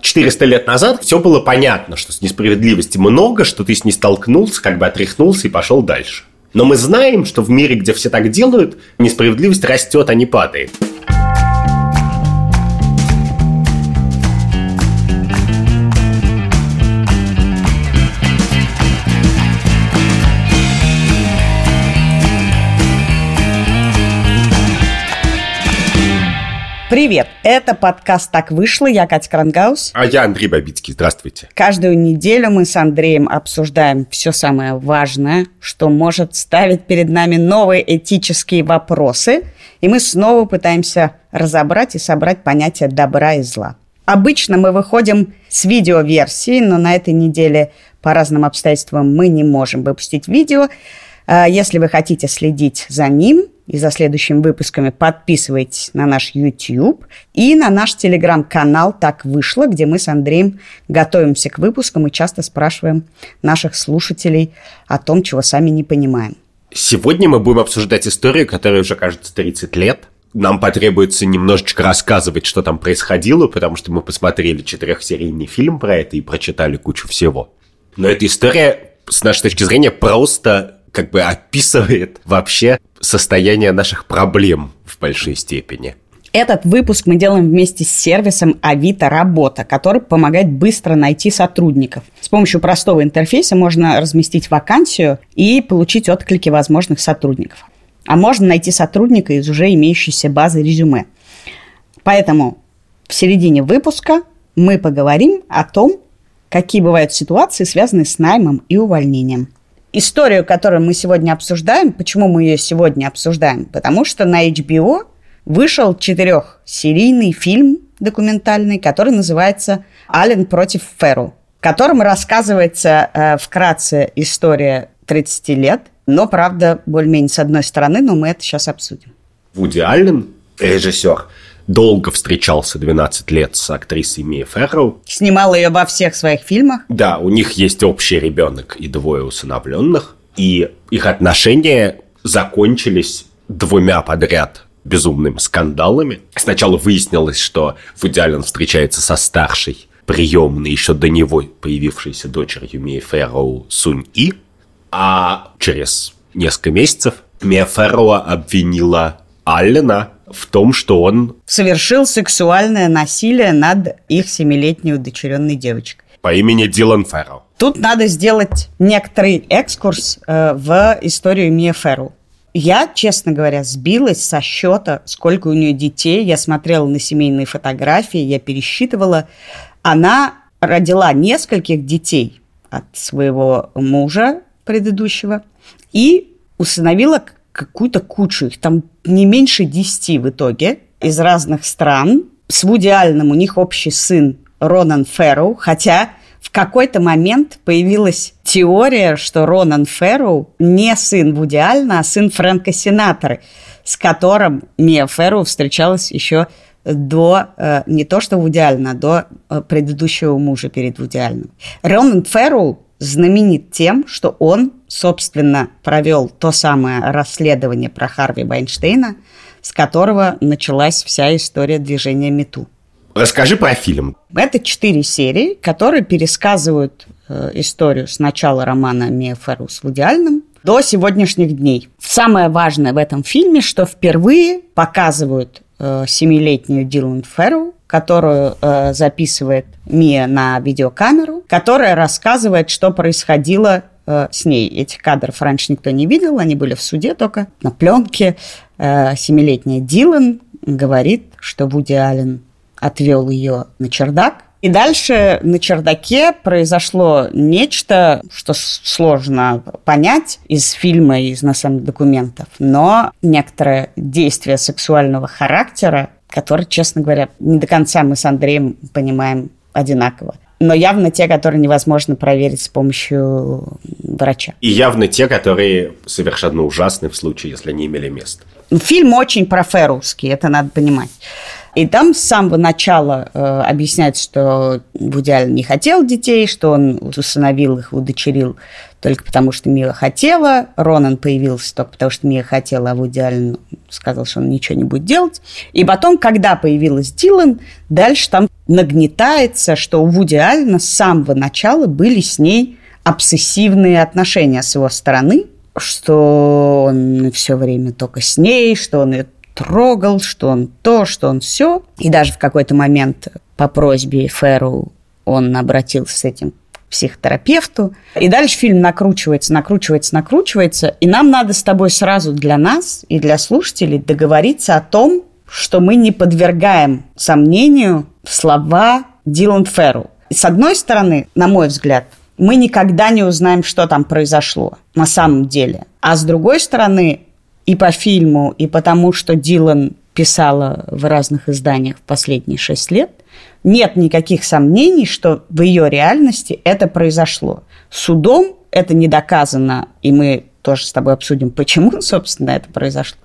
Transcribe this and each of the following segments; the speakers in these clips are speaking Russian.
400 лет назад все было понятно, что с несправедливости много, что ты с ней столкнулся, как бы отряхнулся и пошел дальше. Но мы знаем, что в мире, где все так делают, несправедливость растет, а не падает. Привет! Это подкаст «Так вышло». Я Катя Крангаус. А я Андрей Бабицкий. Здравствуйте. Каждую неделю мы с Андреем обсуждаем все самое важное, что может ставить перед нами новые этические вопросы. И мы снова пытаемся разобрать и собрать понятие добра и зла. Обычно мы выходим с видеоверсии, но на этой неделе по разным обстоятельствам мы не можем выпустить видео. Если вы хотите следить за ним и за следующими выпусками, подписывайтесь на наш YouTube и на наш телеграм-канал «Так вышло», где мы с Андреем готовимся к выпускам и часто спрашиваем наших слушателей о том, чего сами не понимаем. Сегодня мы будем обсуждать историю, которая уже, кажется, 30 лет. Нам потребуется немножечко рассказывать, что там происходило, потому что мы посмотрели 4-серийный фильм про это и прочитали кучу всего. Но эта история, с нашей точки зрения, просто как бы описывает вообще состояние наших проблем в большой степени. Этот выпуск мы делаем вместе с сервисом Авито Работа, который помогает быстро найти сотрудников. С помощью простого интерфейса можно разместить вакансию и получить отклики возможных сотрудников. А можно найти сотрудника из уже имеющейся базы резюме. Поэтому в середине выпуска мы поговорим о том, какие бывают ситуации, связанные с наймом и увольнением. Историю, которую мы сегодня обсуждаем, почему мы ее сегодня обсуждаем? Потому что на HBO вышел 4-серийный фильм документальный, который называется «Аллен против Феррелл», в котором рассказывается вкратце история 30 лет, но, правда, более-менее с одной стороны, но мы это сейчас обсудим. Вуди Аллен, режиссер, долго встречался 12 лет с актрисой Мией Феррелл. Снимал ее во всех своих фильмах. Да, у них есть общий ребенок и 2 усыновленных. И их отношения закончились 2 подряд безумными скандалами. Сначала выяснилось, что Вуди Аллен встречается со старшей, приемной, еще до него появившейся дочерью Мии Феррелл Сунь-И. А через несколько месяцев Мия Феррелл обвинила Аллена в том, что он совершил сексуальное насилие над их 7-летней удочеренной девочкой по имени Дилан Феррелл. Тут надо сделать некоторый экскурс в историю Мии Феррелл. Я, честно говоря, сбилась со счета, сколько у нее детей. Я смотрела на семейные фотографии, я пересчитывала. Она родила нескольких детей от своего мужа предыдущего и усыновила какую-то кучу, их там не меньше 10 в итоге, из разных стран. С Вуди Алленом у них общий сын Ронан Феррелл, хотя в какой-то момент появилась теория, что Ронан Феррелл не сын Вуди Аллена, а сын Фрэнка Синатра, с которым Мия Феррелл встречалась еще до, не то что Вуди Аллена, а до предыдущего мужа перед Вуди Алленом. Ронан Феррелл знаменит тем, что он, собственно, провел то самое расследование про Харви Вайнштейна, с которого началась вся история движения МeToo. Расскажи про фильм. Это 4 серии, которые пересказывают историю с начала романа Мии Феррелл с Вуди Алленом до сегодняшних дней. Самое важное в этом фильме, что впервые показывают 7-летнюю Дилан Феррелл, которую записывает Мия на видеокамеру, которая рассказывает, что происходило с ней. Этих кадров раньше никто не видел, они были в суде только на пленке. 7-летняя Дилан говорит, что Вуди Аллен отвел ее на чердак. И дальше на чердаке произошло нечто, что сложно понять из фильма, из, на самом деле, документов, но некоторые действия сексуального характера, которые, честно говоря, не до конца мы с Андреем понимаем одинаково. Но явно те, которые невозможно проверить с помощью врача. И явно те, которые совершенно ужасны в случае, если они имели место. Фильм очень проферреллский, это надо понимать. И там с самого начала объясняется, что Вуди Аллен не хотел детей, что он усыновил их, удочерил только потому, что Мия хотела. Ронан появился только потому, что Мия хотела, а Вуди Аллен сказал, что он ничего не будет делать. И потом, когда появилась Дилан, дальше там нагнетается, что у Вуди Аллена с самого начала были с ней обсессивные отношения с его стороны, что он все время только с ней, что он ее трогал, что он то, что он все. И даже в какой-то момент по просьбе Фэрроу он обратился с этим к психотерапевту. И дальше фильм накручивается, и нам надо с тобой сразу для нас и для слушателей договориться о том, что мы не подвергаем сомнению слова Дилан Фэрроу. И с одной стороны, на мой взгляд, мы никогда не узнаем, что там произошло на самом деле. А с другой стороны, и по фильму, и потому, что Дилан писала в разных изданиях в последние 6 лет, нет никаких сомнений, что в ее реальности это произошло. Судом это не доказано, и мы тоже с тобой обсудим, почему, собственно, это произошло.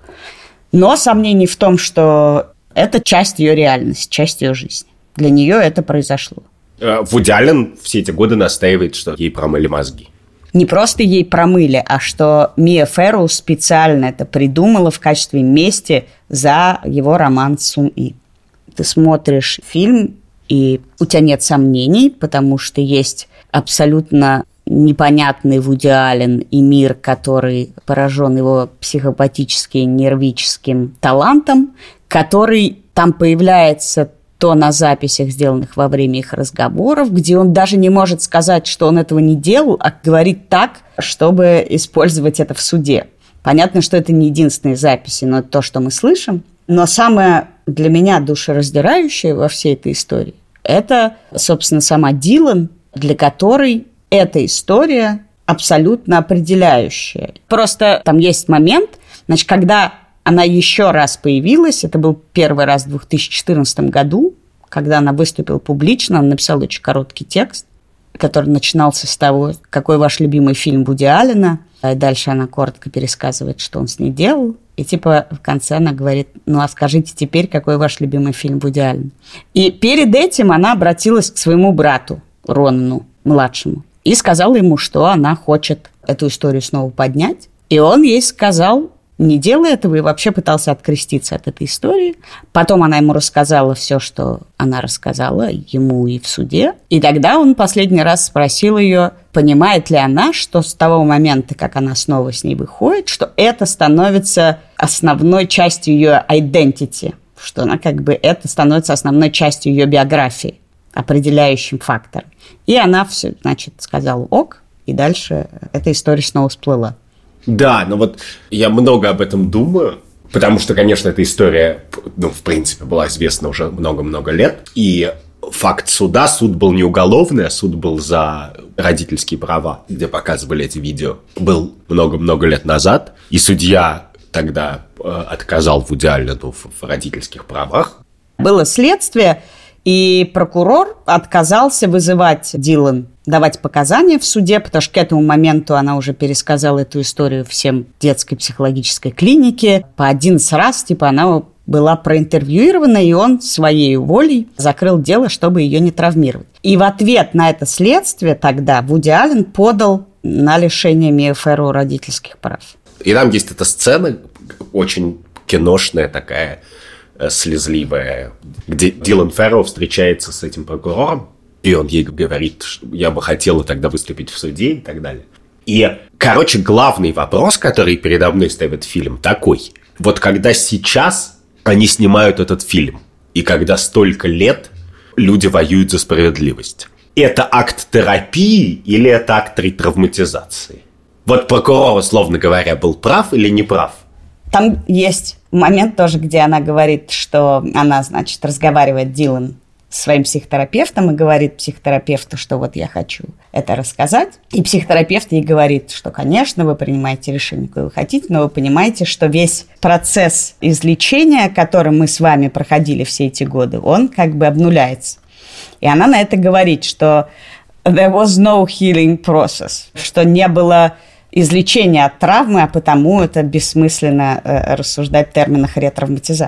Но сомнений в том, что это часть ее реальности, часть ее жизни. Для нее это произошло. Вуди Аллен все эти годы настаивает, что ей промыли мозги. Не просто ей промыли, а что Мия Фэрроу специально это придумала в качестве мести за его роман с Сун И. Ты смотришь фильм, и у тебя нет сомнений, потому что есть абсолютно непонятный Вуди Аллен и мир, который поражен его психопатическим, нервическим талантом, который там появляется то на записях, сделанных во время их разговоров, где он даже не может сказать, что он этого не делал, а говорит так, чтобы использовать это в суде. Понятно, что это не единственные записи, но это то, что мы слышим. Но самое для меня душераздирающее во всей этой истории – это, собственно, сама Дилан, для которой эта история абсолютно определяющая. Просто там есть момент, значит, когда она еще раз появилась, это был первый раз в 2014 году, когда она выступила публично, она написала очень короткий текст, который начинался с того, какой ваш любимый фильм Вуди Аллена, и дальше она коротко пересказывает, что он с ней делал, и типа в конце она говорит, ну а скажите теперь, какой ваш любимый фильм Вуди Аллена. И перед этим она обратилась к своему брату Ронану, младшему, и сказала ему, что она хочет эту историю снова поднять, и он ей сказал, не делай этого, и вообще пытался откреститься от этой истории. Потом она ему рассказала все, что она рассказала ему и в суде. И тогда он последний раз спросил ее, понимает ли она, что с того момента, как она снова с ней выходит, что это становится основной частью ее identity, что она как бы это становится основной частью ее биографии, определяющим фактором. И она все, значит, сказала ок, и дальше эта история снова всплыла. Да, но вот я много об этом думаю, потому что, конечно, эта история, ну, в принципе, была известна уже много-много лет, и факт суда, суд был не уголовный, а суд был за родительские права, где показывали эти видео, был много-много лет назад, и судья тогда отказал Вуди Аллену в родительских правах. Было следствие, и прокурор отказался вызывать Дилан, давать показания в суде, потому что к этому моменту она уже пересказала эту историю всем детской психологической клинике. По 11 раз, типа, она была проинтервьюирована, и он своей волей закрыл дело, чтобы ее не травмировать. И в ответ на это следствие тогда Вуди Аллен подал на лишение Мии Фэрроу родительских прав. И там есть эта сцена, очень киношная такая, слезливая, где Дилан Фэрроу встречается с этим прокурором, и он ей говорит, я бы хотела тогда выступить в суде и так далее. И, короче, главный вопрос, который передо мной ставит фильм, такой. Вот когда сейчас они снимают этот фильм, и когда столько лет люди воюют за справедливость, это акт терапии или это акт ретравматизации? Вот прокурор, условно говоря, был прав или не прав? Там есть момент тоже, где она говорит, что она, значит, разговаривает Дилан с своим психотерапевтом и говорит психотерапевту, что вот я хочу это рассказать. И психотерапевт ей говорит, что, конечно, вы принимаете решение, какое вы хотите, но вы понимаете, что весь процесс излечения, который мы с вами проходили все эти годы, он как бы обнуляется. И она на это говорит, что there was no healing process, что не было излечения от травмы, а потому это бессмысленно рассуждать в терминах ретравматизации.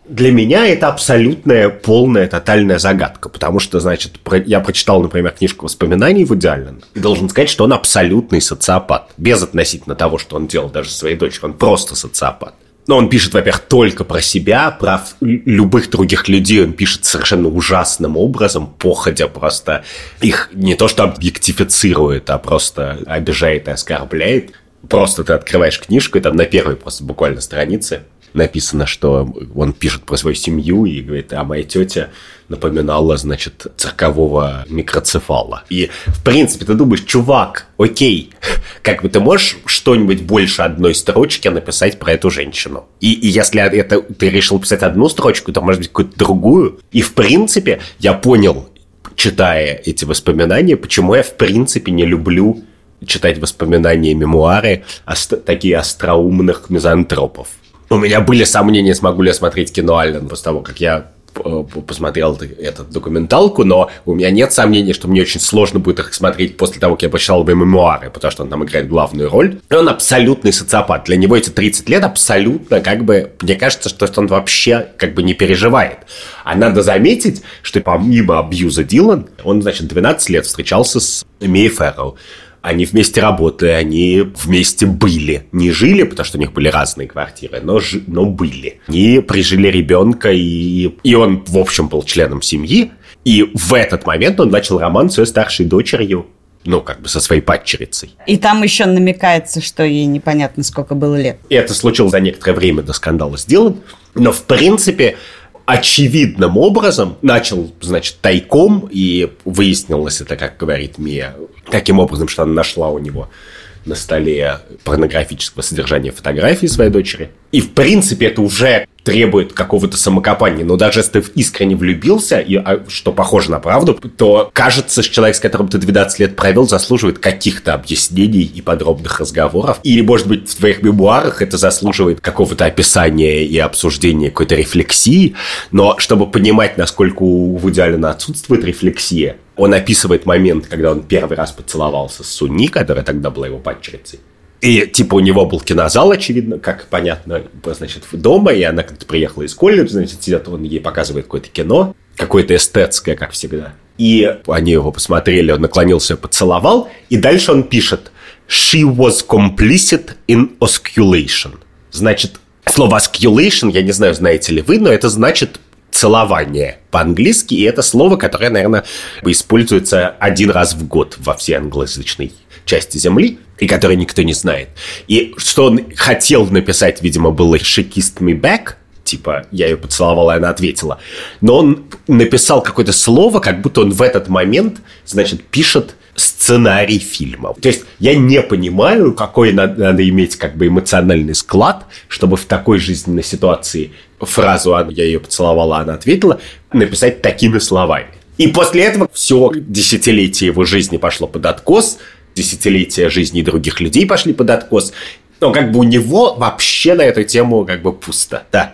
Для меня это абсолютная, полная, тотальная загадка, потому что, значит, я прочитал, например, книжку воспоминаний Вуди Аллена, и должен сказать, что он абсолютный социопат. Без относительно того, что он делал даже своей дочери, он просто социопат. Но он пишет, во-первых, только про себя, про любых других людей он пишет совершенно ужасным образом, походя просто их не то что объектифицирует, а просто обижает и оскорбляет. Просто ты открываешь книжку, и там на первой просто буквально странице написано, что он пишет про свою семью и говорит, а моя тетя напоминала, значит, циркового микроцефала. И, в принципе, ты думаешь, чувак, окей, как бы ты можешь что-нибудь больше одной строчки написать про эту женщину? И если ты решил писать одну строчку, то, может быть, какую-то другую. И, в принципе, я понял, читая эти воспоминания, почему я, в принципе, не люблю читать воспоминания и мемуары такие остроумных мизантропов. У меня были сомнения, смогу ли я смотреть кино Аллен после того, как я посмотрел эту документалку, но у меня нет сомнений, что мне очень сложно будет их смотреть после того, как я прочитал бы мемуары, потому что он там играет главную роль. И он абсолютный социопат. Для него эти 30 лет абсолютно, как бы, мне кажется, что он вообще как бы не переживает. А надо заметить, что помимо абьюза Дилан, он, значит, 12 лет встречался с Мией Феррелл. Они вместе работали, они вместе были. Не жили, потому что у них были разные квартиры, но были. Они прижили ребенка, и он, в общем, был членом семьи. И в этот момент он начал роман с своей старшей дочерью, ну, как бы со своей падчерицей. И там еще намекается, что ей непонятно, сколько было лет. И это случилось за некоторое время до скандала с Дилан. Но, в принципе, очевидным образом начал, значит, тайком, и выяснилось это, как говорит Мия, каким образом, что она нашла у него на столе порнографического содержания фотографии своей дочери. И, в принципе, это уже требует какого-то самокопания. Но даже если ты искренне влюбился, что похоже на правду, то, кажется, что человек, с которым ты 12 лет провел, заслуживает каких-то объяснений и подробных разговоров. Или, может быть, в твоих мемуарах это заслуживает какого-то описания и обсуждения какой-то рефлексии. Но чтобы понимать, насколько у Вуди Аллена отсутствует рефлексия, он описывает момент, когда он первый раз поцеловался с Суни, которая тогда была его падчерицей. И, типа, у него был кинозал, очевидно, как понятно, значит, дома, и она как-то приехала из колледжа, значит, сидят, он ей показывает какое-то кино, какое-то эстетское, как всегда. И они его посмотрели, он наклонился, поцеловал, и дальше он пишет «She was complicit in osculation». Значит, слово «osculation», я не знаю, знаете ли вы, но это значит целование по-английски, и это слово, которое, наверное, используется один раз в год во всей англоязычной части Земли, и которое никто не знает. И что он хотел написать, видимо, было «She kissed me back», типа, я ее поцеловала, и она ответила. Но он написал какое-то слово, как будто он в этот момент, значит, пишет сценарий фильма. То есть я не понимаю, какой надо иметь как бы эмоциональный склад, чтобы в такой жизненной ситуации фразу «я ее поцеловала, она ответила» написать такими словами. И после этого все десятилетие его жизни пошло под откос, десятилетия жизни других людей пошли под откос. Но как бы у него вообще на эту тему как бы пусто, да.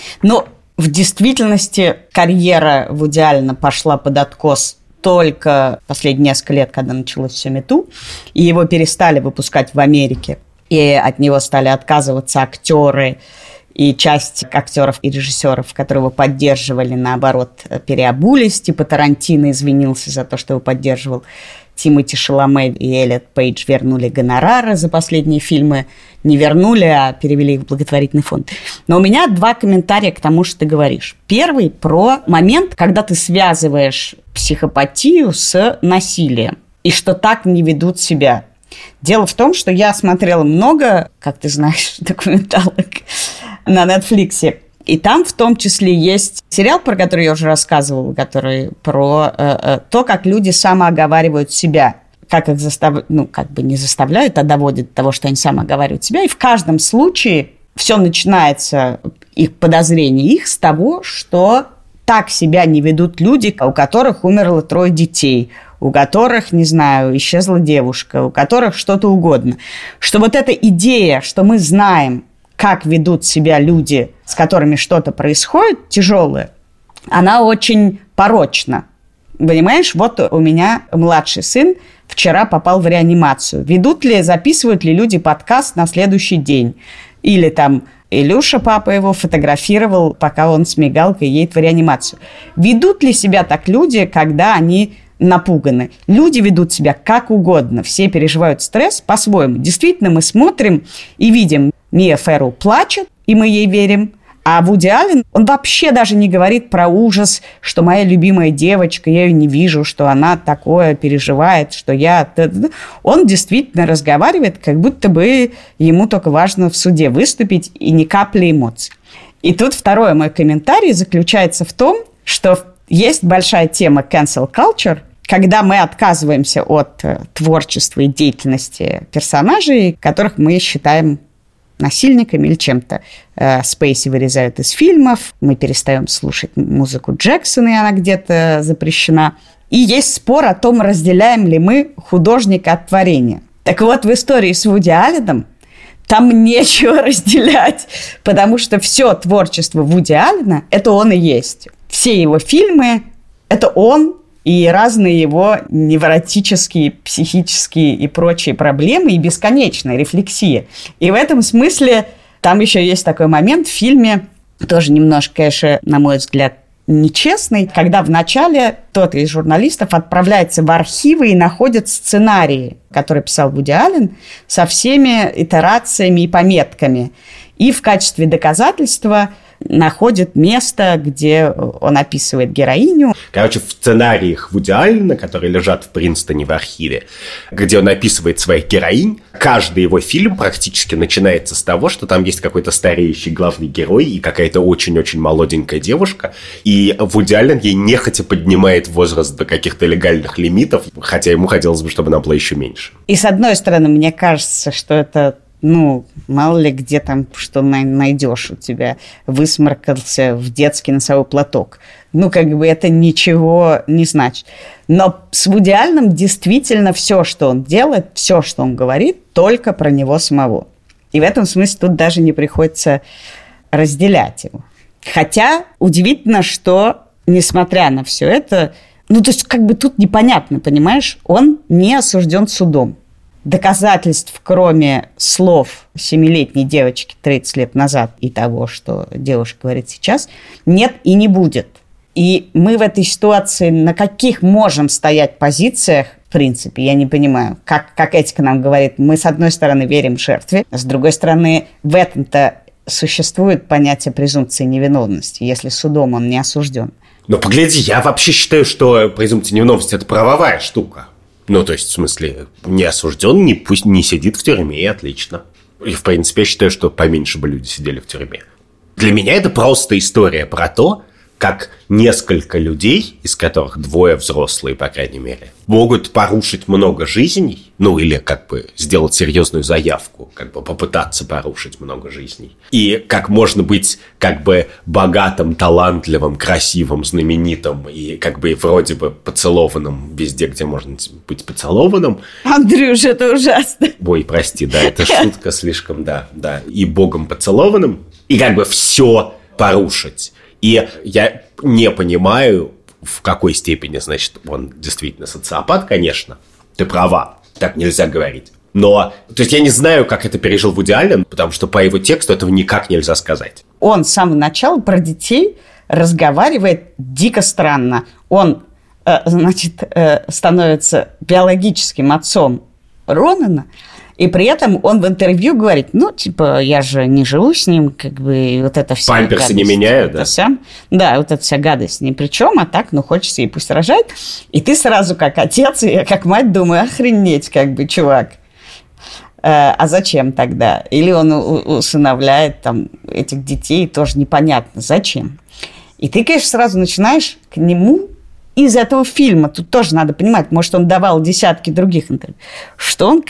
Но в действительности карьера Вуди Аллена пошла под откос только последние несколько лет, когда началось все МeToo, и его перестали выпускать в Америке, и от него стали отказываться актеры, и часть актеров и режиссеров, которые его поддерживали, наоборот, переобулись. Типа Тарантино извинился за то, что его поддерживал. Тимоти Шаломе и Эллиот Пейдж вернули гонорары за последние фильмы. Не вернули, а перевели их в благотворительный фонд. Но у меня два комментария к тому, что ты говоришь. Первый про момент, когда ты связываешь психопатию с насилием. И что так не ведут себя. Дело в том, что я смотрела много, как ты знаешь, документалок на Netflix. И там в том числе есть сериал, про который я уже рассказывала, который про то, как люди самооговаривают себя. Как их заставляют, ну, как бы не заставляют, а доводят до того, что они самооговаривают себя. И в каждом случае все начинается, их подозрение их с того, что так себя не ведут люди, у которых умерло 3 детей, у которых, не знаю, исчезла девушка, у которых что-то угодно. Что вот эта идея, что мы знаем, как ведут себя люди, с которыми что-то происходит тяжелое, она очень порочна. Понимаешь, вот у меня младший сын вчера попал в реанимацию. Записывают ли люди подкаст на следующий день? Или там Илюша, папа его, фотографировал, пока он с мигалкой едет в реанимацию. Ведут ли себя так люди, когда они напуганы? Люди ведут себя как угодно. Все переживают стресс по-своему. Действительно, мы смотрим и видим, Мия Феррелл плачет, и мы ей верим. А Вуди Аллен, он вообще даже не говорит про ужас, что моя любимая девочка, я ее не вижу, что она такое переживает, что я... Он действительно разговаривает, как будто бы ему только важно в суде выступить и ни капли эмоций. И тут второй мой комментарий заключается в том, что есть большая тема cancel culture, когда мы отказываемся от творчества и деятельности персонажей, которых мы считаем насильниками или чем-то. Спейси вырезают из фильмов, мы перестаем слушать музыку Джексона, и она где-то запрещена. И есть спор о том, разделяем ли мы художника от творения. Так вот, в истории с Вуди Алленом там нечего разделять, потому что все творчество Вуди Аллена – это он и есть. Все его фильмы – это он, и разные его невротические, психические и прочие проблемы, и бесконечная рефлексия. И в этом смысле там еще есть такой момент в фильме, тоже немножко, конечно, на мой взгляд, нечестный, когда вначале кто-то из журналистов отправляется в архивы и находит сценарии, которые писал Вуди Аллен, со всеми итерациями и пометками. И в качестве доказательства находит место, где он описывает героиню. Короче, в сценариях Вуди Аллена, которые лежат в Принстоне в архиве, где он описывает своих героинь, каждый его фильм практически начинается с того, что там есть какой-то стареющий главный герой и какая-то очень-очень молоденькая девушка, и Вуди Аллен ей нехотя поднимает возраст до каких-то легальных лимитов, хотя ему хотелось бы, чтобы она была еще меньше. И с одной стороны, мне кажется, что это мало ли где там что найдешь у тебя, высморкался в детский носовой платок. Это ничего не значит. Но с Вуди Алленом действительно все, что он делает, все, что он говорит, только про него самого. И в этом смысле тут даже не приходится разделять его. Хотя удивительно, что, несмотря на все это, тут непонятно, понимаешь, он не осужден судом. Доказательств, кроме слов 7-летней девочки 30 лет назад и того, что девушка говорит сейчас, нет и не будет. И мы в этой ситуации на каких можем стоять позициях, в принципе, я не понимаю. Как этика нам говорит, мы с одной стороны верим жертве, а с другой стороны в этом-то существует понятие презумпции невиновности, если судом он не осужден. Но погляди, я вообще считаю, что презумпция невиновности – это правовая штука. В смысле, не осужден, пусть не сидит в тюрьме, и отлично. И, в принципе, я считаю, что поменьше бы люди сидели в тюрьме. Для меня это просто история про то, как несколько людей, из которых 2 взрослые, по крайней мере, могут порушить много жизней, или сделать серьезную заявку, попытаться порушить много жизней. И как можно быть богатым, талантливым, красивым, знаменитым и вроде бы поцелованным везде, где можно быть поцелованным. Андрюш, это ужасно. Ой, прости, да, это шутка слишком, да. И богом поцелованным, и все порушить. И я не понимаю, в какой степени, он действительно социопат, конечно. Ты права, так нельзя говорить. Но, я не знаю, как это пережил Вуди Аллен, потому что по его тексту этого никак нельзя сказать. Он с самого начала про детей разговаривает дико странно. Он, становится биологическим отцом Ронана, и при этом он в интервью говорит, я же не живу с ним, и вот это вся памперсы гадость, не меняю, да? Да, вот эта вся гадость ни при чем, а так, хочется, и пусть рожает. И ты сразу как отец, и я как мать думаю, охренеть, чувак. А зачем тогда? Или он усыновляет этих детей, тоже непонятно, зачем. И ты, конечно, сразу начинаешь к нему из этого фильма, тут тоже надо понимать, может, он давал десятки других интервью, что он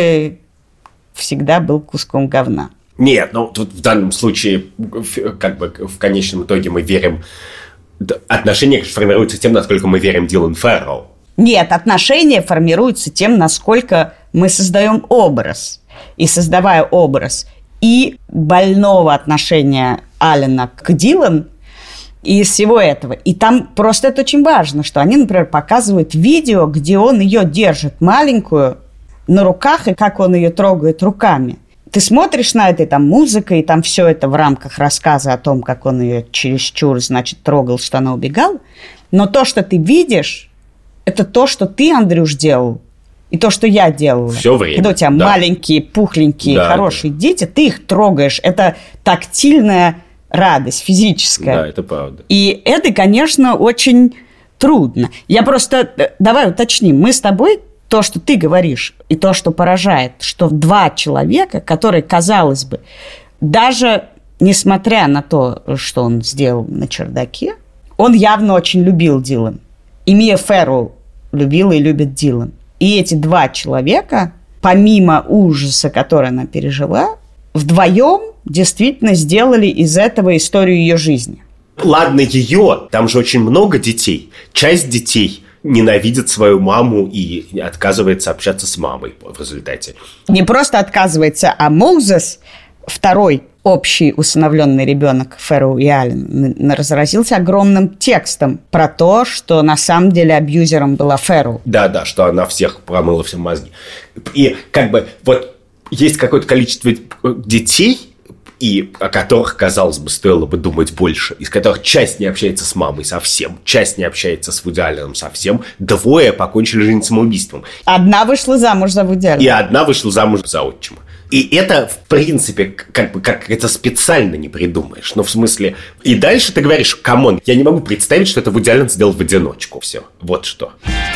всегда был куском говна. Нет, тут в данном случае, в конечном итоге мы верим... Отношения формируются тем, насколько мы верим Дилан Феррелл. Нет, отношения формируются тем, насколько мы создаем образ. И создавая образ и больного отношения Аллена к Дилан, и из всего этого. И там просто это очень важно, что они, например, показывают видео, где он ее держит маленькую на руках, и как он ее трогает руками. ты смотришь на это, и там музыка, и там все это в рамках рассказа о том, как он ее чересчур, значит, трогал, что она убегала. Но то, что ты видишь, это то, что ты, Андрюш, делал, и то, что я делала. Все время. Когда у тебя маленькие, пухленькие, хорошие дети, ты их трогаешь. Это тактильная радость, физическая. Да, это правда. И это, конечно, очень трудно. Я просто... Давай уточним. Мы с тобой... То, что ты говоришь, и то, что поражает, что два человека, которые, казалось бы, даже несмотря на то, что он сделал на чердаке, он явно очень любил Дилан. И Мия Феррелл любила и любит Дилан. И эти два человека, помимо ужаса, который она пережила, вдвоем действительно сделали из этого историю ее жизни. Ладно, ее, там же очень много детей. Часть детей ненавидит свою маму и отказывается общаться с мамой в результате. Не просто отказывается, а Моузес, второй общий усыновленный ребенок Феррелл и Аллен, разразился огромным текстом про то, что на самом деле абьюзером была Феррелл. Да, что она всех промыла всем мозги. И как бы вот есть какое-то количество детей, и о которых, казалось бы, стоило бы думать больше, из которых часть не общается с мамой совсем, часть не общается с Вуди Алленом совсем, двое покончили жизнь самоубийством. Одна вышла замуж за Вуди Аллена. И одна вышла замуж за отчима. И это, в принципе, как это специально не придумаешь. Ну, в смысле... И дальше ты говоришь, камон, я не могу представить, что это Вуди Аллен сделал в одиночку. Все, вот что.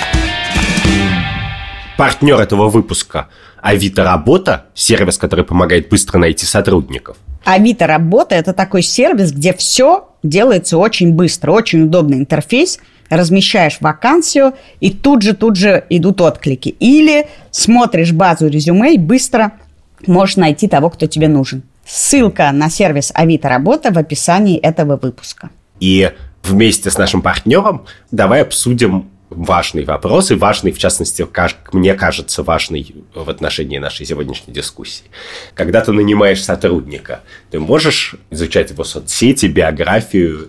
Партнер этого выпуска – Авито Работа, сервис, который помогает быстро найти сотрудников. Авито Работа – это такой сервис, где все делается очень быстро, очень удобный интерфейс. Размещаешь вакансию, и тут же идут отклики. Или смотришь базу резюме и быстро можешь найти того, кто тебе нужен. Ссылка на сервис Авито Работа в описании этого выпуска. И вместе с нашим партнером давай обсудим важный вопрос, и важный, в частности, как мне кажется, важный в отношении нашей сегодняшней дискуссии. Когда ты нанимаешь сотрудника, ты можешь изучать его соцсети, биографию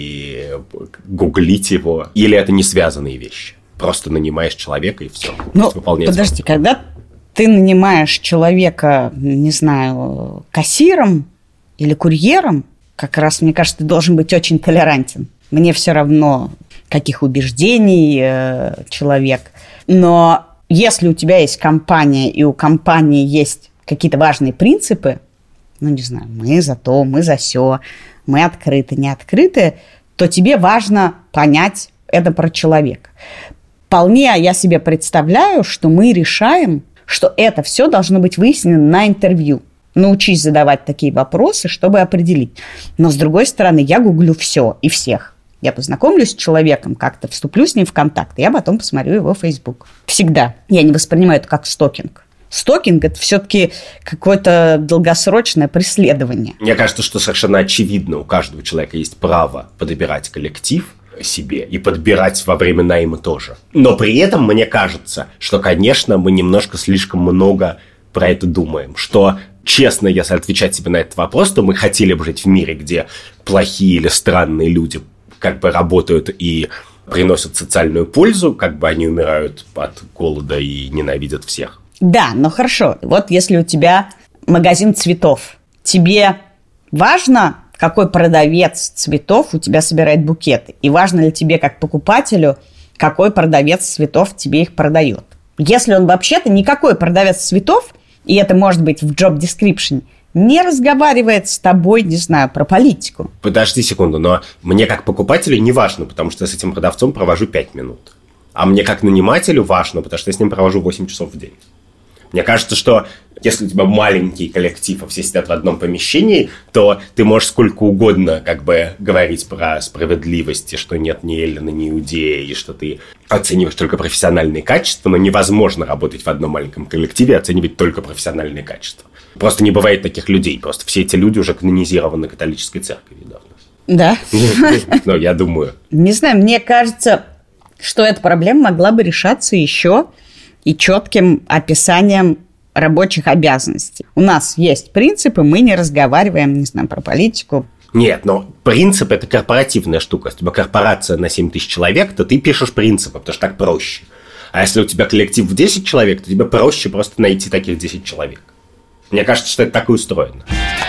и гуглить его, или это не связанные вещи? Просто нанимаешь человека, и все. Ну, подожди, когда ты нанимаешь человека, не знаю, кассиром или курьером, как раз, мне кажется, ты должен быть очень толерантен. Мне все равно, каких убеждений человек. Но если у тебя есть компания, и у компании есть какие-то важные принципы, ну, не знаю, мы за то, мы за сё, мы открыты, не открыты, то тебе важно понять это про человека. Вполне я себе представляю, что мы решаем, что это все должно быть выяснено на интервью. Научись задавать такие вопросы, чтобы определить. Но, с другой стороны, я гуглю все и всех. Я познакомлюсь с человеком, как-то вступлю с ним в контакт, и я потом посмотрю его Facebook. Всегда. Я не воспринимаю это как стокинг. Стокинг – это все-таки какое-то долгосрочное преследование. Мне кажется, что совершенно очевидно, у каждого человека есть право подбирать коллектив себе и подбирать во время найма тоже. Но при этом мне кажется, что, конечно, мы немножко слишком много про это думаем, что, честно, если отвечать себе на этот вопрос, то мы хотели бы жить в мире, где плохие или странные люди как бы работают и приносят социальную пользу, как бы они умирают от голода и ненавидят всех. Да, но хорошо. Вот если у тебя магазин цветов, тебе важно, какой продавец цветов у тебя собирает букеты, и важно ли тебе, как покупателю, какой продавец цветов тебе их продает. Если он вообще-то никакой продавец цветов, и это может быть в job description, не разговаривает с тобой, не знаю, про политику. Подожди секунду, но мне как покупателю не важно, потому что я с этим продавцом провожу 5 минут. А мне как нанимателю важно, потому что я с ним провожу 8 часов в день. Мне кажется, что если у тебя маленький коллектив, а все сидят в одном помещении, то ты можешь сколько угодно как бы говорить про справедливость, и что нет ни Эллина, ни Иудея, и что ты оцениваешь только профессиональные качества, но невозможно работать в одном маленьком коллективе и оценивать только профессиональные качества. Просто не бывает таких людей. Просто все эти люди уже канонизированы католической церковью давно. Да? Ну, я думаю. Не знаю, мне кажется, что эта проблема могла бы решаться еще и четким описанием рабочих обязанностей. У нас есть принципы, мы не разговариваем, не знаю, про политику. Нет, но принцип – это корпоративная штука. Если у тебя корпорация на 7 тысяч человек, то ты пишешь принципы, потому что так проще. А если у тебя коллектив в 10 человек, то тебе проще просто найти таких 10 человек. Мне кажется, что это так и устроено.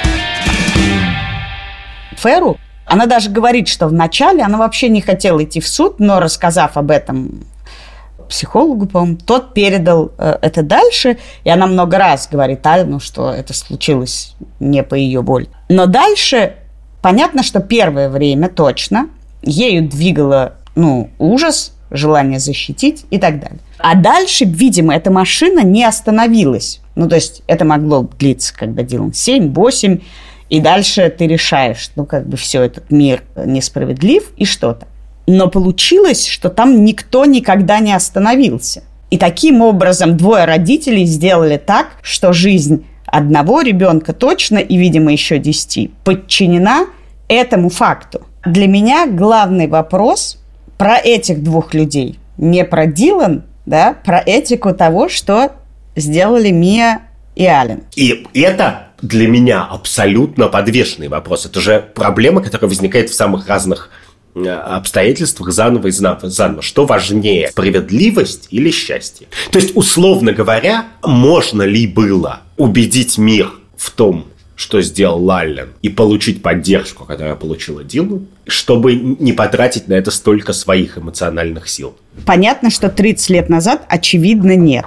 Ферру, она даже говорит, что вначале она вообще не хотела идти в суд, но, рассказав об этом психологу, по-моему, тот передал это дальше, и она много раз говорит Аллену, что это случилось не по ее воле. Но дальше понятно, что первое время точно ею двигало, ужас, желание защитить и так далее. А дальше, видимо, эта машина не остановилась. То есть это могло длиться, когда Дилан 7-8, и дальше ты решаешь, все, этот мир несправедлив и что-то. Но получилось, что там никто никогда не остановился. И таким образом двое родителей сделали так, что жизнь одного ребенка точно, и, видимо, еще 10, подчинена этому факту. Для меня главный вопрос про этих двух людей. Не про Дилан, да, про этику того, что сделали Мия и Аллен. И это для меня абсолютно подвешенный вопрос. Это же проблема, которая возникает в самых разных обстоятельствах заново и заново. Что важнее, справедливость или счастье? То есть, условно говоря, можно ли было убедить мир в том, что сделал Аллен, и получить поддержку, которую получила Дилан, чтобы не потратить на это столько своих эмоциональных сил? Понятно, что 30 лет назад, очевидно, нет.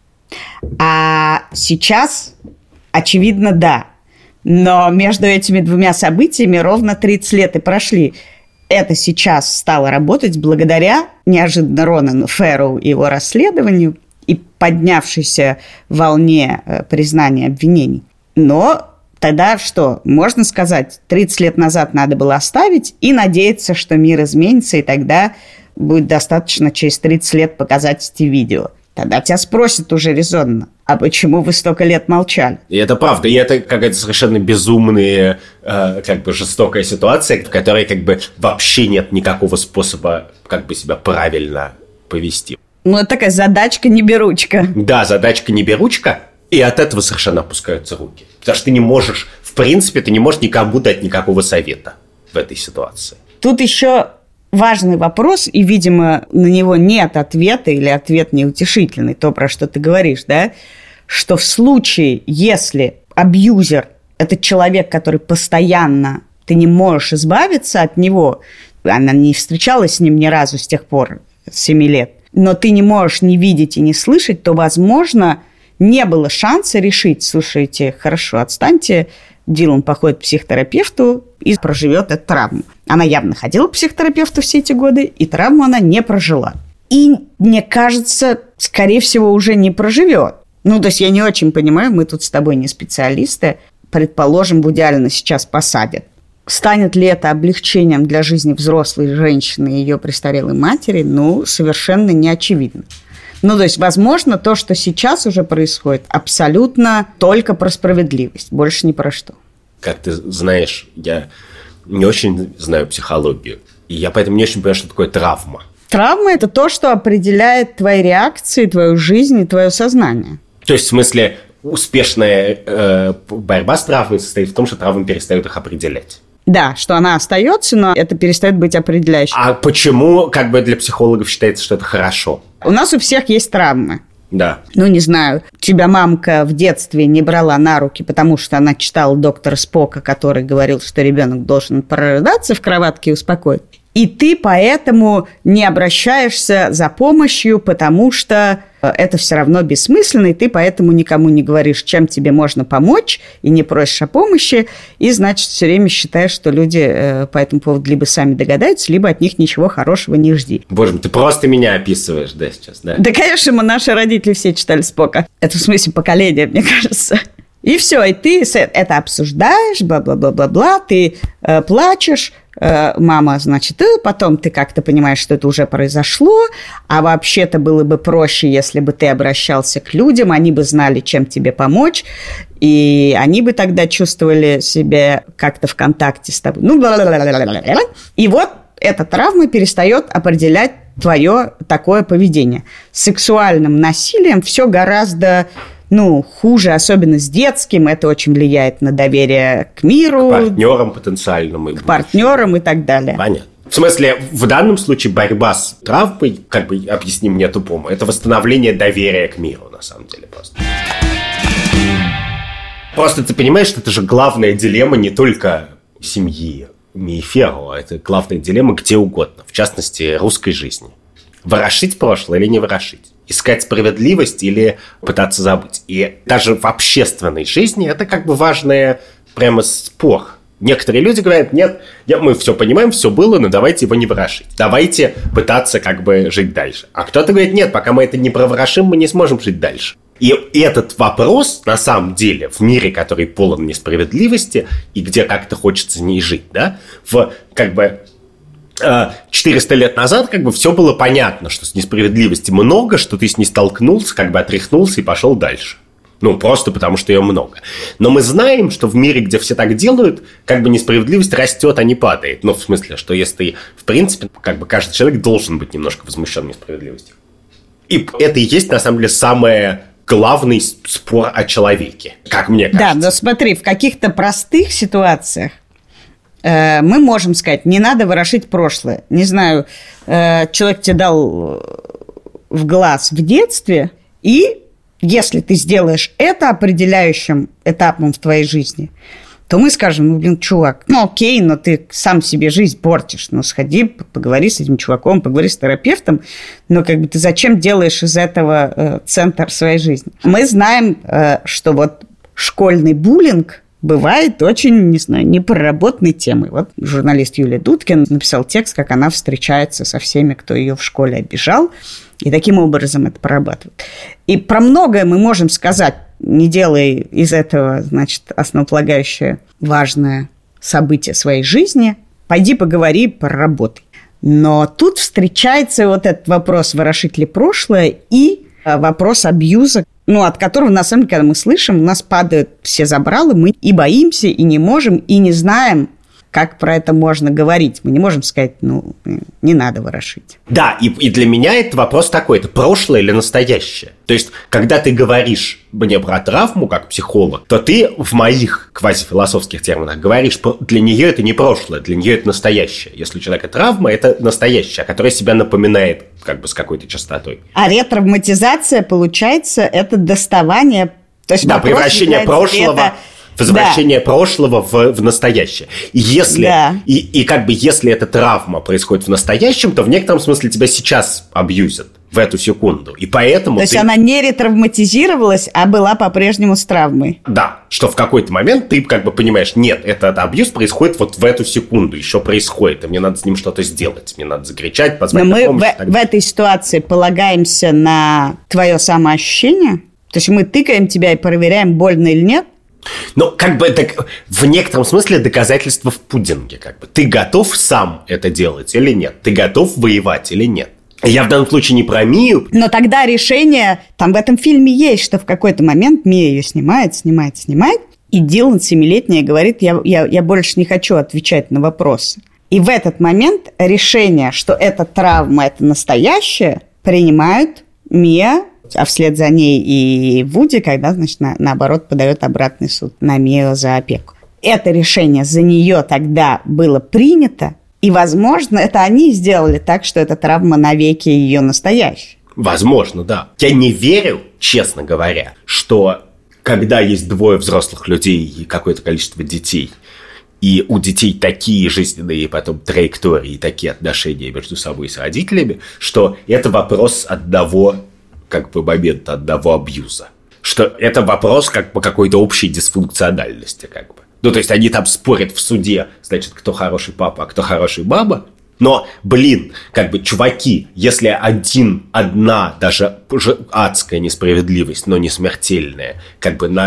А сейчас, очевидно, да. Но между этими двумя событиями ровно 30 лет и прошли. Это сейчас стало работать благодаря неожиданно Ронану Ферроу и его расследованию и поднявшейся волне признания обвинений. Но тогда что? Можно сказать, 30 лет назад надо было оставить и надеяться, что мир изменится, и тогда будет достаточно через 30 лет показать эти видео. Тогда тебя спросят уже резонно, а почему вы столько лет молчали? И это правда, и это какая-то совершенно безумная, жестокая ситуация, в которой вообще нет никакого способа себя правильно повести. Это такая задачка-неберучка. Да, задачка-неберучка, и от этого совершенно опускаются руки. Потому что ты не можешь, в принципе, никому дать никакого совета в этой ситуации. Тут еще важный вопрос, и, видимо, на него нет ответа или ответ неутешительный, то, про что ты говоришь, да, что в случае, если абьюзер – это человек, который постоянно, ты не можешь избавиться от него, она не встречалась с ним ни разу с тех пор, с 7 лет, но ты не можешь не видеть и не слышать, то, возможно, не было шанса решить, слушайте, хорошо, отстаньте, Дилан походит к психотерапевту и проживет эту травму. Она явно ходила к психотерапевту все эти годы, и травму она не прожила. И, мне кажется, скорее всего, уже не проживет. То есть я не очень понимаю, мы тут с тобой не специалисты. Предположим, Вуди Аллена сейчас посадят. Станет ли это облегчением для жизни взрослой женщины и ее престарелой матери? Совершенно не очевидно. То есть, возможно, то, что сейчас уже происходит, абсолютно только про справедливость, больше ни про что. Как ты знаешь, я не очень знаю психологию, и я поэтому не очень понимаю, что такое травма. Травма – это то, что определяет твои реакции, твою жизнь и твое сознание. То есть, в смысле, успешная борьба с травмой состоит в том, что травмы перестают их определять. Да, что она остается, но это перестает быть определяющим. А почему для психологов считается, что это хорошо? У нас у всех есть травмы. Да. Не знаю, тебя мамка в детстве не брала на руки, потому что она читала доктора Спока, который говорил, что ребенок должен прорыдаться в кроватке и успокоить. И ты поэтому не обращаешься за помощью, потому что это все равно бессмысленно, и ты поэтому никому не говоришь, чем тебе можно помочь, и не просишь о помощи, и, значит, все время считаешь, что люди по этому поводу либо сами догадаются, либо от них ничего хорошего не жди. Боже мой, ты просто меня описываешь, да, сейчас, да? Да, конечно, наши родители все читали Спока. Это, в смысле, поколение, мне кажется. И все, и ты это обсуждаешь, бла-бла-бла-бла-бла, ты плачешь, мама, значит, потом ты как-то понимаешь, что это уже произошло, а вообще-то было бы проще, если бы ты обращался к людям, они бы знали, чем тебе помочь, и они бы тогда чувствовали себя как-то в контакте с тобой. И вот эта травма перестает определять твое такое поведение. С сексуальным насилием все гораздо хуже, особенно с детским. Это очень влияет на доверие к миру. К партнерам потенциальным. К партнерам и так далее. Понятно. В смысле, в данном случае борьба с травмой, объясни мне тупому, это восстановление доверия к миру, на самом деле, просто. Просто ты понимаешь, что это же главная дилемма не только семьи Мии Ферроу, а это главная дилемма где угодно, в частности, русской жизни. Ворошить прошлое или не ворошить? Искать справедливость или пытаться забыть? И даже в общественной жизни это как бы важный прямо спор. Некоторые люди говорят, нет, мы все понимаем, все было, но давайте его не ворошить. Давайте пытаться как бы жить дальше. А кто-то говорит, нет, пока мы это не проворошим, мы не сможем жить дальше. И этот вопрос, на самом деле, в мире, который полон несправедливости, и где как-то хочется не жить, да, в как бы 400 лет назад как бы все было понятно, что с несправедливости много, что ты с ней столкнулся, как бы отряхнулся и пошел дальше. Ну, просто потому, что ее много. Но мы знаем, что в мире, где все так делают, как бы несправедливость растет, а не падает. Ну, в смысле, что если ты, в принципе, как бы каждый человек должен быть немножко возмущен несправедливостью. И это и есть, на самом деле, самое главный спор о человеке, как мне кажется. Да, но смотри, в каких-то простых ситуациях мы можем сказать, не надо ворошить прошлое. Не знаю, человек тебе дал в глаз в детстве, и если ты сделаешь это определяющим этапом в твоей жизни, то мы скажем, ну, чувак, ну, окей, но ты сам себе жизнь портишь. Ну, сходи, поговори с этим чуваком, поговори с терапевтом, но как бы ты зачем делаешь из этого центр своей жизни? Мы знаем, что вот школьный буллинг бывает очень, не знаю, непроработанной темой. Вот журналист Юлия Дудкин написал текст, как она встречается со всеми, кто ее в школе обижал, и таким образом это прорабатывает. И про многое мы можем сказать, не делая из этого, значит, основополагающее важное событие своей жизни. Пойди поговори, проработай. Но тут встречается вот этот вопрос, ворошить ли прошлое, и вопрос абьюза, ну, от которого, на самом деле, когда мы слышим, у нас падают все забралы, мы и боимся, и не можем, и не знаем, как про это можно говорить. Мы не можем сказать, ну, не надо ворошить. Да, и для меня это вопрос такой, это прошлое или настоящее? То есть, когда ты говоришь мне про травму как психолог, то ты в моих квазифилософских терминах говоришь, для нее это не прошлое, для нее это настоящее. Если у человека травма, это настоящее, которое себя напоминает как бы с какой-то частотой. А ретравматизация, получается, это доставание... То есть да, превращение прошлого... Возвращение прошлого в настоящее. И если, и как бы если эта травма происходит в настоящем, то в некотором смысле тебя сейчас абьюзят в эту секунду. И поэтому то есть она не ретравматизировалась, а была по-прежнему с травмой. Да, что в какой-то момент ты как бы понимаешь, нет, этот абьюз происходит вот в эту секунду, еще происходит, и мне надо с ним что-то сделать, мне надо закричать, позвать на помощь. Но мы в этой ситуации полагаемся на твое самоощущение? То есть мы тыкаем тебя и проверяем, больно или нет? Ну, как бы это в некотором смысле доказательство в пудинге. Как бы. Ты готов сам это делать или нет? Ты готов воевать или нет? Я в данном случае не про Мию. Но тогда решение... Там в этом фильме есть, что в какой-то момент Мия ее снимает. И Дилан, 7-летний, говорит, я больше не хочу отвечать на вопросы. И в этот момент решение, что эта травма, это настоящее, принимают Мия, а вслед за ней и Вуди, когда, значит, наоборот, подает обратный суд на Мию за опеку. Это решение за нее тогда было принято, и, возможно, это они сделали так, что эта травма навеки ее настоящая. Возможно, да. Я не верю, честно говоря, что когда есть двое взрослых людей и какое-то количество детей, и у детей такие жизненные потом траектории, такие отношения между собой и с родителями, что это вопрос одного как бы момента, одного абьюза. Что это вопрос как бы какой-то общей дисфункциональности, как бы. Ну, то есть они там спорят в суде, значит, кто хороший папа, а кто хороший баба. Но, блин, как бы, чуваки, если одна, даже адская несправедливость, но не смертельная, как бы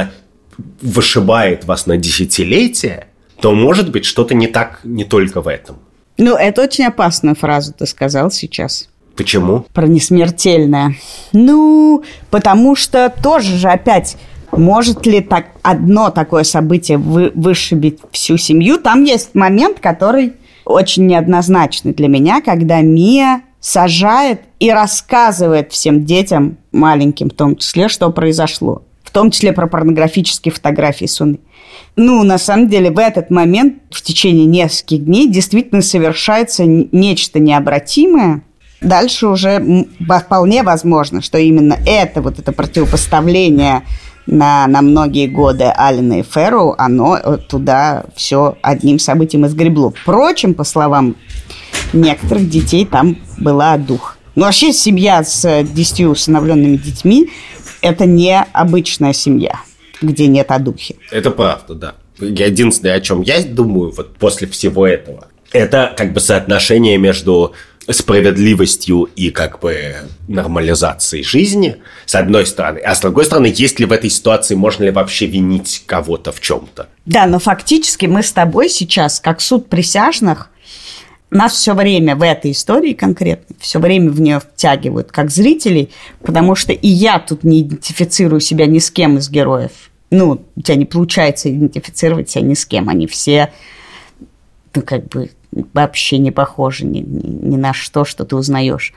вышибает вас на десятилетия, то, может быть, что-то не так не только в этом. Ну, это очень опасную фразу ты сказал сейчас. Почему? Про несмертельное. Ну, потому что тоже же опять, может ли одно такое событие вышибить всю семью? Там есть момент, который очень неоднозначный для меня, когда Мия сажает и рассказывает всем детям, маленьким в том числе, что произошло. В том числе про порнографические фотографии Суны. Ну, на самом деле, в этот момент, в течение нескольких дней, действительно совершается нечто необратимое. Дальше уже вполне возможно, что именно это противопоставление на многие годы Аллена и Ферроу, оно туда все одним событием изгребло. Впрочем, по словам некоторых детей, там была дух. Но вообще семья с 10 усыновленными детьми – это не обычная семья, где нет одухи. Это правда, да. Единственное, о чем я думаю вот после всего этого, это как бы соотношение между справедливостью и как бы нормализацией жизни, с одной стороны. А с другой стороны, есть ли в этой ситуации, можно ли вообще винить кого-то в чем-то? Да, но фактически мы с тобой сейчас, как суд присяжных, нас все время в этой истории конкретно, все время в нее втягивают как зрителей, потому что и я тут не идентифицирую себя ни с кем из героев. Ну, у тебя не получается идентифицировать себя ни с кем. Они все, ну, как бы вообще не похожи ни на что ты узнаешь.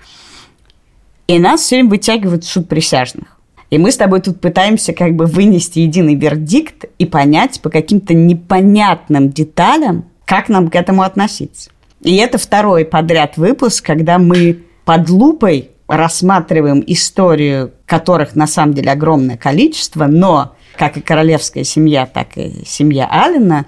И нас все время вытягивают в суд присяжных. И мы с тобой тут пытаемся как бы вынести единый вердикт и понять по каким-то непонятным деталям, как нам к этому относиться. И это второй подряд выпуск, когда мы под лупой рассматриваем историю, которых на самом деле огромное количество, но как и королевская семья, так и семья Аллена,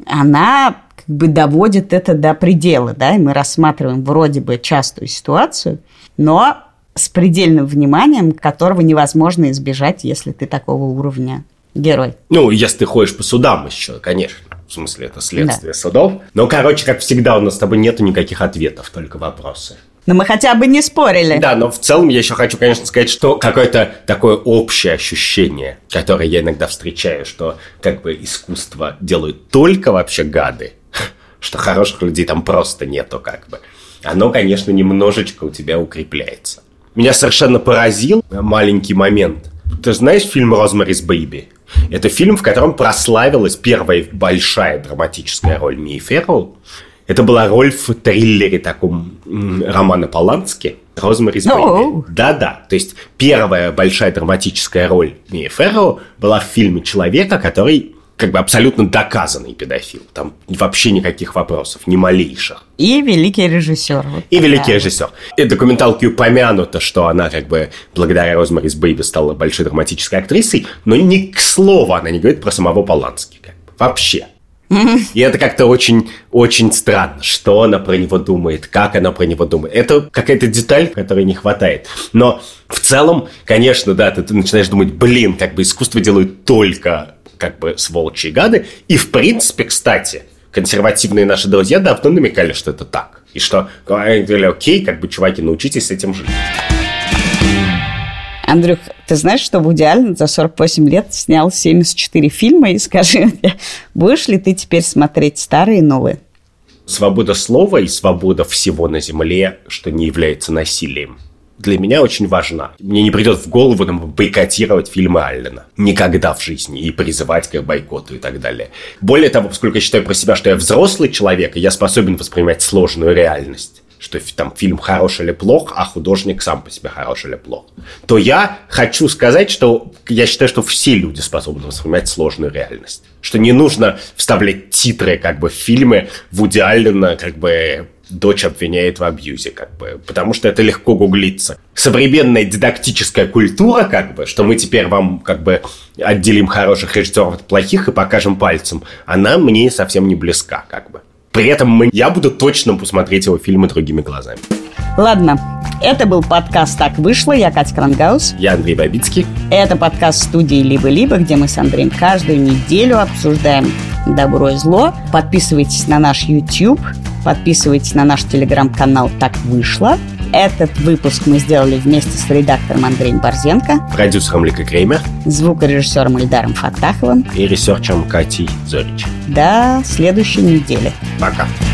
она как бы доводит это до предела, да, и мы рассматриваем вроде бы частую ситуацию, но с предельным вниманием, которого невозможно избежать, если ты такого уровня герой. Ну, если ты ходишь по судам еще, конечно. В смысле, это следствие судов. Но, короче, как всегда, у нас с тобой нету никаких ответов, только вопросы. Но мы хотя бы не спорили. Да, но в целом я еще хочу, конечно, сказать, что какое-то такое общее ощущение, которое я иногда встречаю, что как бы искусство делают только вообще гады, что хороших людей там просто нету как бы. Оно, конечно, немножечко у тебя укрепляется. Меня совершенно поразил маленький момент. Ты знаешь фильм «Розмарис Бэйби»? Это фильм, в котором прославилась первая большая драматическая роль Мии Ферроу. Это была роль в триллере таком Романа Полански «Розмарис Бэйби». Да-да, то есть первая большая драматическая роль Мии Ферроу была в фильме человека, который как бы абсолютно доказанный педофил. Там вообще никаких вопросов, ни малейших. И великий режиссер. Вот и великий режиссер. И в документалке упомянуто, что она как бы благодаря «Розмарис Бэйби» стала большой драматической актрисой, но ни к слову она не говорит про самого Полански. Как бы. Вообще. И это как-то очень, очень странно, что она про него думает, как она про него думает. Это какая-то деталь, которой не хватает. Но в целом, конечно, да, ты начинаешь думать, блин, как бы искусство делают только как бы сволочи и гады. И в принципе, кстати, консервативные наши друзья давно намекали, что это так. И что, они говорили, окей, как бы, чуваки, научитесь с этим жить. Андрюх, ты знаешь, что Вуди Аллен за 48 лет снял 74 фильма? И скажи мне, будешь ли ты теперь смотреть старые и новые? Свобода слова и свобода всего на земле, что не является насилием, для меня очень важна. Мне не придет в голову бойкотировать фильмы Аллена. Никогда в жизни. И призывать к бойкоту и так далее. Более того, поскольку я считаю про себя, что я взрослый человек, и я способен воспринимать сложную реальность, что там фильм хорош или плох, а художник сам по себе хорош или плох, то я хочу сказать, что я считаю, что все люди способны воспринимать сложную реальность. Что не нужно вставлять титры как бы в фильмы Вуди Аллена, как бы дочь обвиняет в абьюзе, как бы, потому что это легко гуглиться. Современная дидактическая культура, как бы, что мы теперь вам как бы отделим хороших режиссеров от плохих и покажем пальцем, она мне совсем не близка, как бы. При этом я буду точно посмотреть его фильмы другими глазами. Ладно, это был подкаст «Так вышло». Я Катя Крангаус. Я Андрей Бабицкий. Это подкаст студии «Либо-либо», где мы с Андреем каждую неделю обсуждаем добро и зло. Подписывайтесь на наш YouTube, подписывайтесь на наш телеграм-канал «Так вышло». Этот выпуск мы сделали вместе с редактором Андреем Борзенко, продюсером Ликой Креймер, звукорежиссером Ильдаром Фаттаховым и ресерчером Катей Зорич. До следующей недели. Пока.